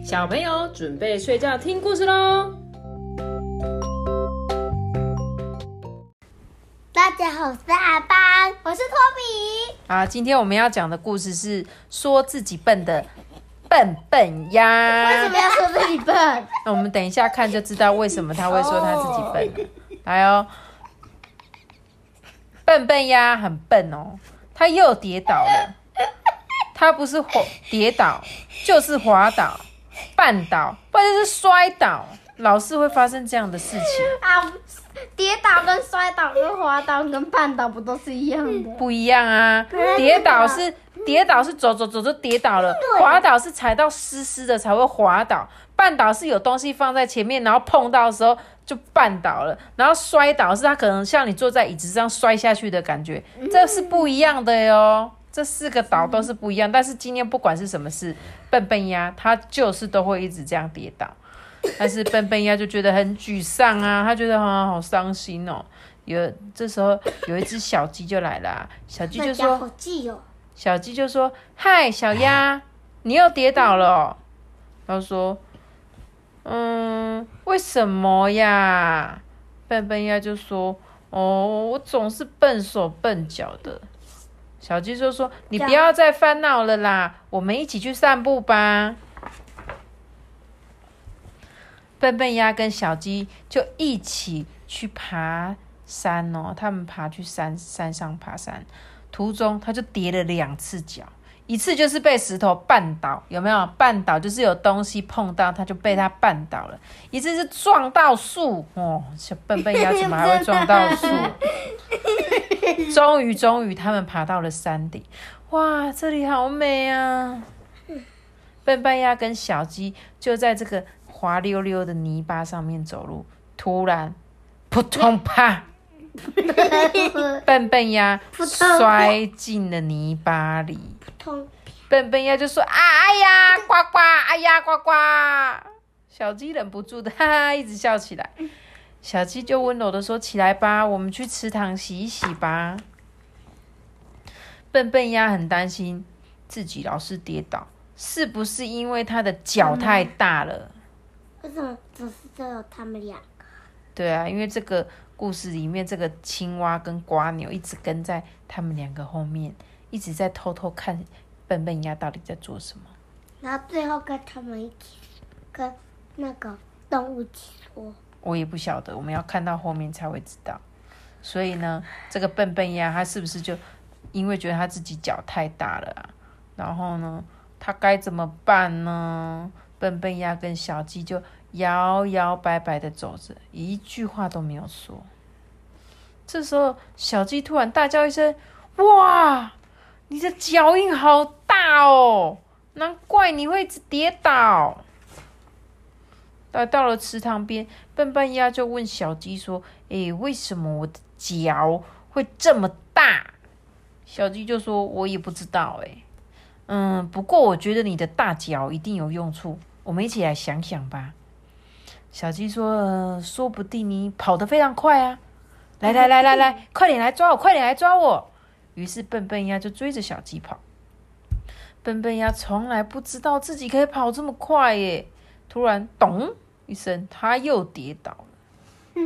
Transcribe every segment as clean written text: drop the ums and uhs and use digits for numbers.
小朋友准备睡觉听故事咯。 大家好，我是阿班，我是托比。 好，今天我们要讲的故事是说自己笨的笨笨鸭。 为什么要说自己笨？ 那我们等一下看就知道为什么他会说他自己笨了。来哦，笨笨鸭很笨哦，他又跌倒了。他不是跌倒，就是滑倒、绊倒，或者是摔倒，老是会发生这样的事情。 啊，跌倒跟摔倒跟滑倒跟绊倒不都是一样的？ 不一样啊，跌倒是走就跌倒了，滑倒是踩到湿湿的才会滑倒，绊倒是有东西放在前面，然后碰到的时候就绊倒了，然后摔倒是他可能像你坐在椅子上摔下去的感觉，这是不一样的哟。这4个倒都是不一样，但是今天不管是什么事，笨笨鸭他就是都会一直这样跌倒，但是笨笨鸭就觉得很沮丧啊，他觉得好伤心哦。这时候有一只小鸡就来了，小鸡就说：“小鸡就说，嗨，小鸭，你又跌倒了哦。”他说：“为什么呀？”笨笨鸭就说：“我总是笨手笨脚的。”小鸡就说：“你不要再烦恼了啦，我们一起去散步吧。”笨笨鸭跟小鸡就一起去爬山哦，他们去山上爬山，途中他就跌了2次脚，一次就是被石头绊倒，有没有？绊倒就是有东西碰到，他就被他绊倒了。一次是撞到树哦，小笨笨鸭怎么还会撞到树？终于他们爬到了山顶，哇，这里好美啊！笨笨鸭跟小鸡就在这个滑溜溜的泥巴上面走路，突然扑通啪，笨笨鸭摔进了泥巴里。笨笨鸭就说：“哎呀，呱呱！哎呀，呱呱！”小鸡忍不住的哈哈一直笑起来。小鸡就温柔的说：“起来吧，我们去池塘洗一洗吧。”笨笨鸭很担心自己老是跌倒，是不是因为它的脚太大了？ 为什么只有他们2个？ 对啊，因为这个故事里面，这个青蛙跟蝸牛一直跟在他们2个后面，一直在偷偷看笨笨鸭到底在做什么。 然后最后跟他们一起，跟那个动物一起说。 我也不晓得，我们要看到后面才会知道。所以呢，这个笨笨鸭它是不是就因为觉得它自己脚太大了啊？然后呢，它该怎么办呢？笨笨鸭跟小鸡就摇摇摆摆的走着，一句话都没有说。这时候，小鸡突然大叫一声：“哇，你的脚印好大哦！难怪你会一直跌倒。”来到了池塘边，笨笨鸭就问小鸡说：“为什么我的脚会这么大？”小鸡就说：“我也不知道不过我觉得你的大脚一定有用处，我们一起来想想吧。”小鸡说：“说不定你跑得非常快啊！来，快点来抓我，快点来抓我！”于是笨笨鸭就追着小鸡跑。笨笨鸭从来不知道自己可以跑这么快耶！突然，咚一声，他又跌倒了。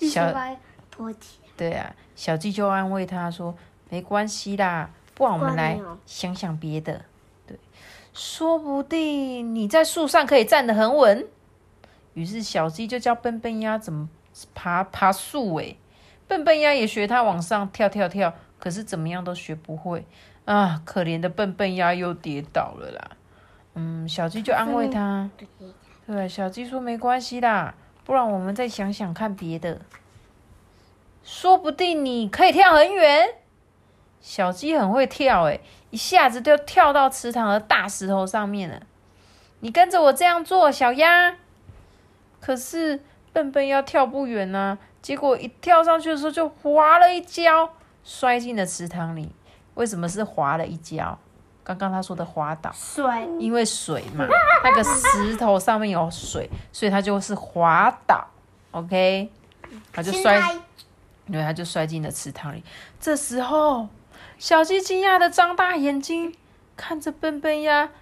对啊，小鸡就安慰他说：“没关系啦，不然我们来想想别的。对，说不定你在树上可以站得很稳。”于是小鸡就教笨笨鸭怎么爬树。笨笨鸭也学它往上跳，可是怎么样都学不会啊！可怜的笨笨鸭又跌倒了啦。小鸡就安慰他。对，小鸡说：“没关系啦，不然我们再想想看别的。说不定你可以跳很远。”小鸡很会跳一下子就跳到池塘的大石头上面了。你跟着我这样做，小鸭。可是笨笨鸭跳不远啊，结果一跳上去的时候就滑了一跤，摔进了池塘里。为什么是滑了一跤？刚刚他说的滑倒，因为水嘛，那个石头上面有水，所以他就是滑倒。OK， 他就摔进了池塘里。这时候，小鸡惊讶的张大眼睛，看着笨笨鸭，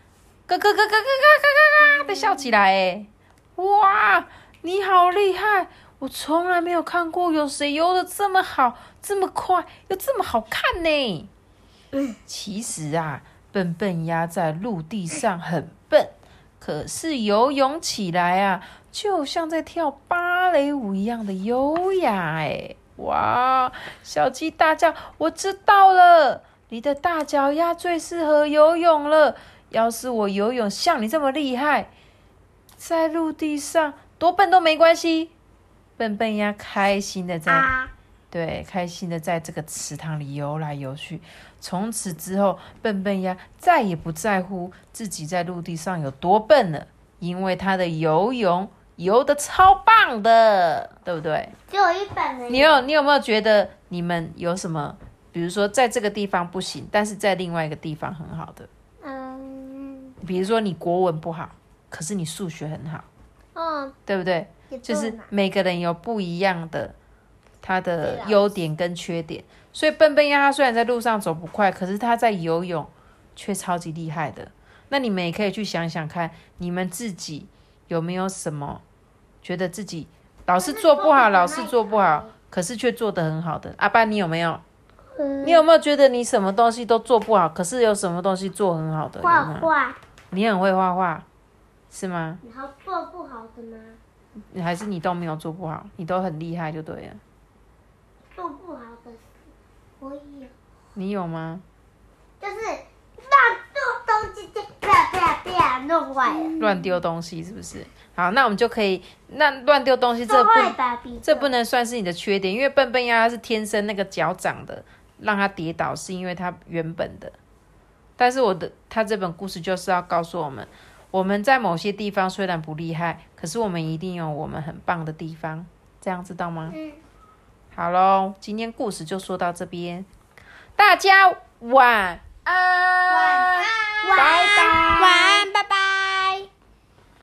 咯咯咯咯咯咯咯的笑起来哎！哇，你好厉害！我从来没有看过有谁游得这么好、这么快，又这么好看呢。其实啊，笨笨鸭在陆地上很笨，可是游泳起来啊，就像在跳芭蕾舞一样的优雅哎！哇，小鸡大叫：“我知道了，你的大脚丫最适合游泳了。要是我游泳像你这么厉害，在陆地上多笨都没关系。”笨笨鸭开心的开心的在这个池塘里游来游去。从此之后，笨笨鸭再也不在乎自己在陆地上有多笨了，因为它的游泳游得超棒的，对不对？ 只有一本人。 你有没有觉得你们有什么，比如说在这个地方不行，但是在另外一个地方很好的？比如说你国文不好，可是你数学很好，对不对？就是每个人有不一样的他的优点跟缺点，所以笨笨鸭它虽然在路上走不快，可是它在游泳却超级厉害的。那你们也可以去想想看，你们自己有没有什么觉得自己老是做不好，可是却做得很好的？阿爸，你有没有？你有没有觉得你什么东西都做不好，可是有什么东西做很好的？ 画画。 你很会画画，是吗？ 你还做不好的吗？ 还是你都没有做不好，你都很厉害就对了。 做不好的事，我有。 你有吗？ 就是乱丢东西，啪弄坏了。 乱丢东西是不是？好，那我们就可以，那乱丢东西这不能算是你的缺点，因为笨笨鸭它是天生那个脚长的，让它跌倒是因为它原本的。但是他这本故事就是要告诉我们，我们在某些地方虽然不厉害，可是我们一定有我们很棒的地方，这样知道吗？好咯，今天故事就说到这边，大家晚安。